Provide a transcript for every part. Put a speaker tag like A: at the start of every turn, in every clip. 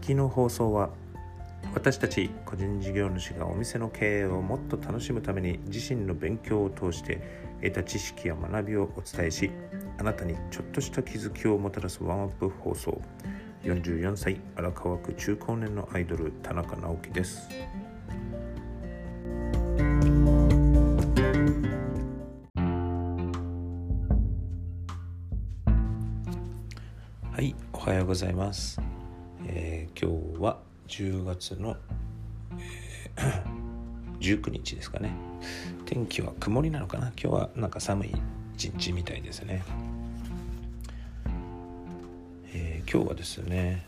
A: きの放送は私たち個人事業主がお店の経営をもっと楽しむために自身の勉強を通して得た知識や学びをお伝えし、あなたにちょっとした気づきをもたらすワンアップ放送。44歳荒川区中高年のアイドル田中直樹です。はい、おはようございます。今日は10月の、19日ですかね。天気は曇りなのかな。今日はなんか寒い一日みたいですね。今日はですね、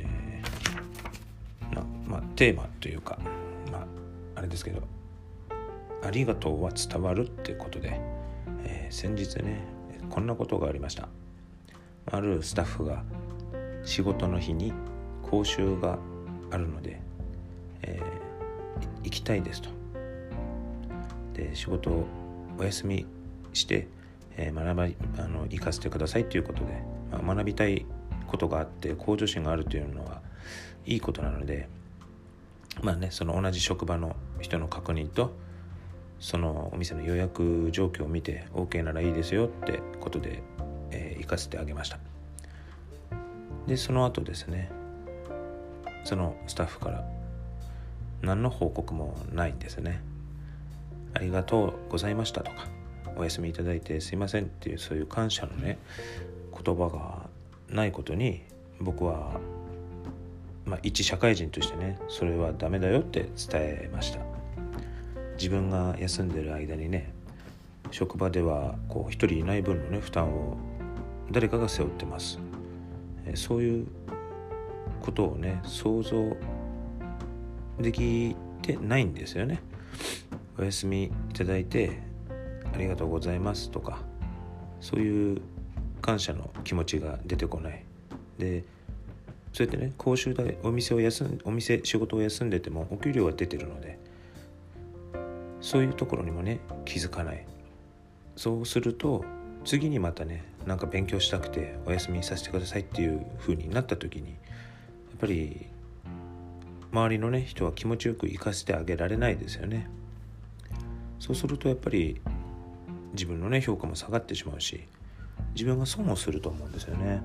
A: テーマというか、あれですけど、ありがとうは伝わるってことで、先日ねこんなことがありました。あるスタッフが仕事の日に講習があるので、行きたいですと。で、仕事をお休みして、行かせてくださいということで、学びたいことがあって向上心があるというのはいいことなので、その同じ職場の人の確認とそのお店の予約状況を見て OK ならいいですよってことで、行かせてあげました。で、その後ですね、そのスタッフから何の報告もないんですね。ありがとうございましたとか、お休みいただいてすいませんっていう、そういう感謝のね言葉がないことに、僕は一社会人としてね、それはダメだよって伝えました。自分が休んでる間にね、職場では一人いない分のね負担を誰かが背負ってます。そういうことをね想像できてないんですよね。お休みいただいてありがとうございますとか、そういう感謝の気持ちが出てこない。で、そうやってね講習で仕事を休んでてもお給料は出てるので、そういうところにもね気づかない。そうすると次にまたねなんか勉強したくてお休みさせてくださいっていう風になった時に、やっぱり周りのね人は気持ちよく生かしてあげられないですよね。そうするとやっぱり自分のね評価も下がってしまうし、自分が損をすると思うんですよね。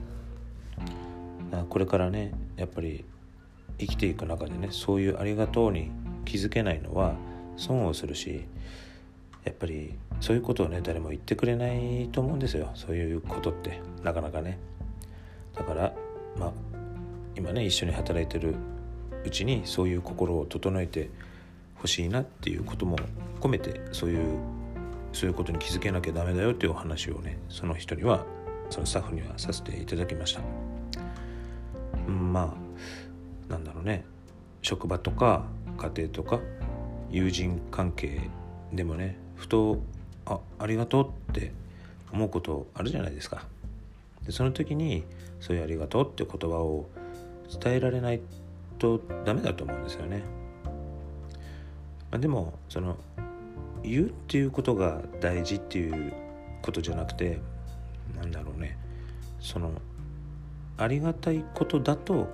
A: だからこれからねやっぱり生きていく中でね、そういうありがとうに気づけないのは損をするし、やっぱりそういうことをね誰も言ってくれないと思うんですよ。そういうことってなかなかね。だから今ね一緒に働いてるうちにそういう心を整えてほしいなっていうことも込めて、そういうことに気づけなきゃダメだよっていうお話をね、その人には、そのスタッフにはさせていただきました。なんだろうね、職場とか家庭とか友人関係でもね、ふとありがとうって思うことあるじゃないですか。で、その時にそういうありがとうって言葉を伝えられないとダメだと思うんですよね。でもその言うっていうことが大事っていうことじゃなくて、そのありがたいことだと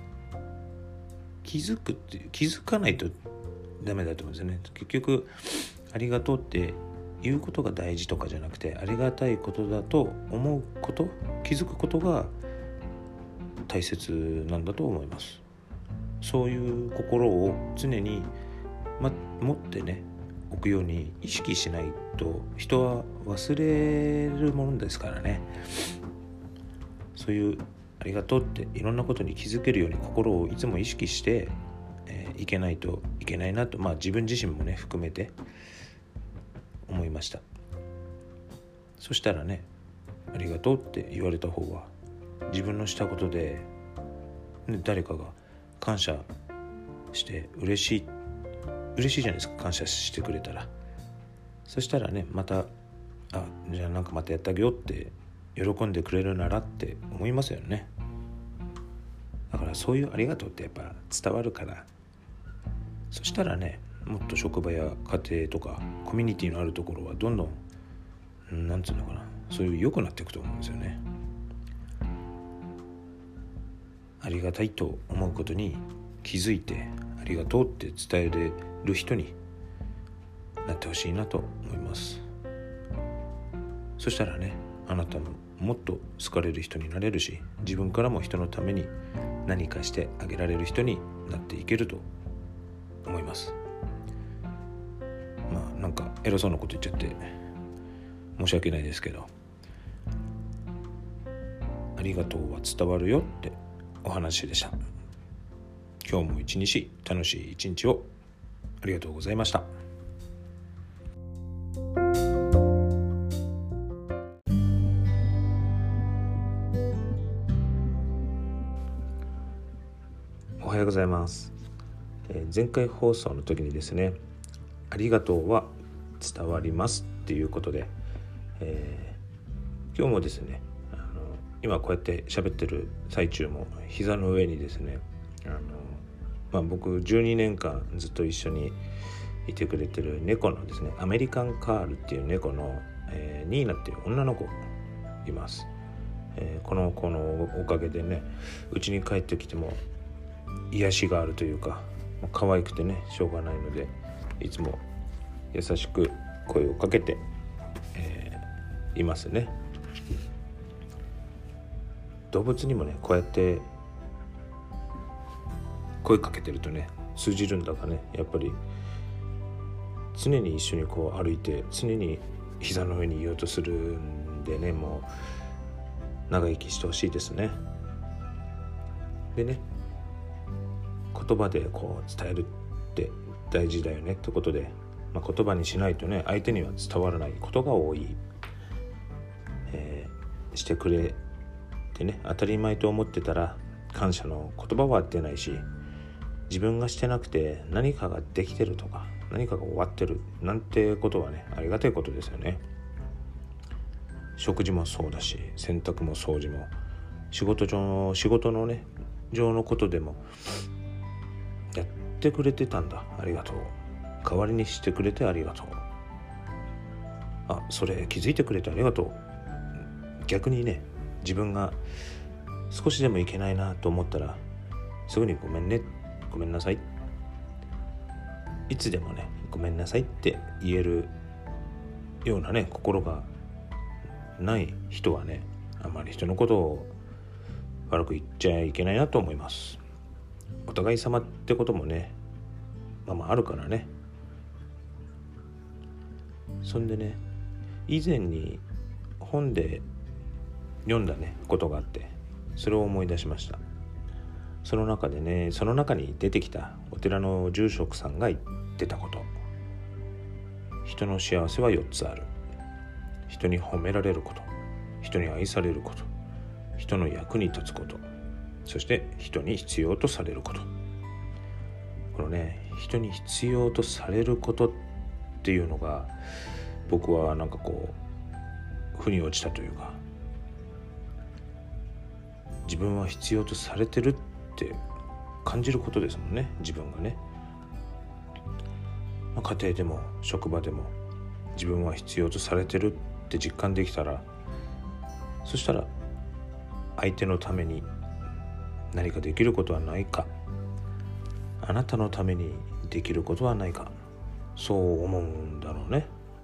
A: 気づかないとダメだと思うんですよね。結局ありがとうって言うことが大事とかじゃなくて、ありがたいことだと思うこと、気づくことが大切なんだと思います。そういう心を常に、持ってね置くように意識しないと、人は忘れるものですからね。そういうありがとうっていろんなことに気づけるように心をいつも意識していけないといけないなと、自分自身もね含めて思いました。そしたらね、ありがとうって言われた方は自分のしたことで、誰かが感謝して嬉しいじゃないですか。感謝してくれたら、そしたらねまたじゃあまたやってあげようって喜んでくれるならって思いますよね。だからそういうありがとうってやっぱ伝わるから、そしたらねもっと職場や家庭とかコミュニティのあるところはどんどんそういう良くなっていくと思うんですよね。あありがたいと思うことに気づいて、ありがとうって伝えれる人になってほしいなと思います。そしたらね、あなたももっと好かれる人になれるし、自分からも人のために何かしてあげられる人になっていけると思います。なんか偉そうなこと言っちゃって申し訳ないですけど、ありがとうは伝わるよってお話でした。今日も一日楽しい一日をありがとうございました。おはようございます。前回放送の時にですね、ありがとうは伝わりますっていうことで、今日もですね、今こうやって喋ってる最中も膝の上にですね、僕12年間ずっと一緒にいてくれてる猫のですね、アメリカンカールっていう猫の、ニーナっていう女の子います。この子のおかげでね、うちに帰ってきても癒しがあるというか、可愛くてねしょうがないので、いつも優しく声をかけて、いますね。動物にもねこうやって声かけてるとね通じるんだかね、やっぱり常に一緒にこう歩いて、常に膝の上にいようとするんでね、もう長生きしてほしいですね。でね、言葉でこう伝えるって大事だよねってことで、言葉にしないとね相手には伝わらないことが多い、してくれてね当たり前と思ってたら感謝の言葉は出ないし、自分がしてなくて何かができてるとか何かが終わってるなんてことはねありがたいことですよね。食事もそうだし、洗濯も掃除も仕事のね上のことでもやってくれてたんだ、ありがとう、代わりにしてくれてありがとう、それ気づいてくれてありがとう。逆にね、自分が少しでもいけないなと思ったらすぐにごめんね、ごめんなさい、いつでもねごめんなさいって言えるようなね心がない人はね、あまり人のことを悪く言っちゃいけないなと思います。お互い様ってこともねあるからね。そんでね、以前に本で読んだねことがあって、それを思い出しました。その中に出てきたお寺の住職さんが言ってたこと、人の幸せは4つある。人に褒められること、人に愛されること、人の役に立つこと、そして人に必要とされること。このね、人に必要とされることっていうのが僕はなんかこう腑に落ちたというか、自分は必要とされてるって感じることですもんね。自分がね、家庭でも職場でも自分は必要とされてるって実感できたら、そしたら相手のために何かできることはないか、あなたのためにできることはないか、そう思うんだろうね。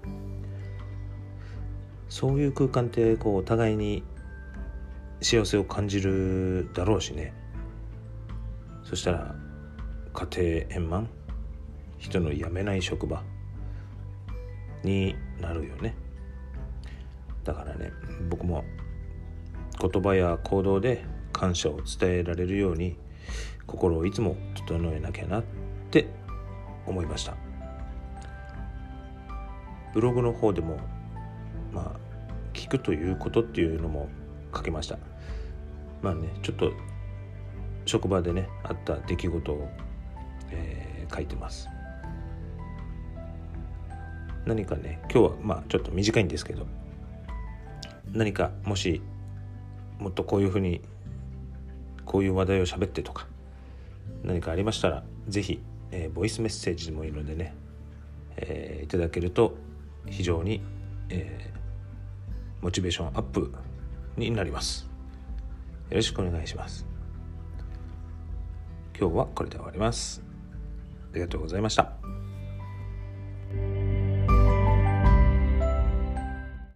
A: そういう空間ってこうお互いに幸せを感じるだろうしね。そしたら家庭円満、人の辞めない職場になるよね。だからね、僕も言葉や行動で感謝を伝えられるように心をいつも整えなきゃなって思いました。ブログの方でも聞くということっていうのも書けました。ちょっと職場でねあった出来事を、書いてます。何かね、今日はちょっと短いんですけど、何かもしもっとこういうふうにこういう話題を喋ってとか何かありましたら、ぜひ、ボイスメッセージでもいいのでね、いただけると非常に、モチベーションアップになります。よろしくお願いします。 今日はこれで終わります。ありがとうございました。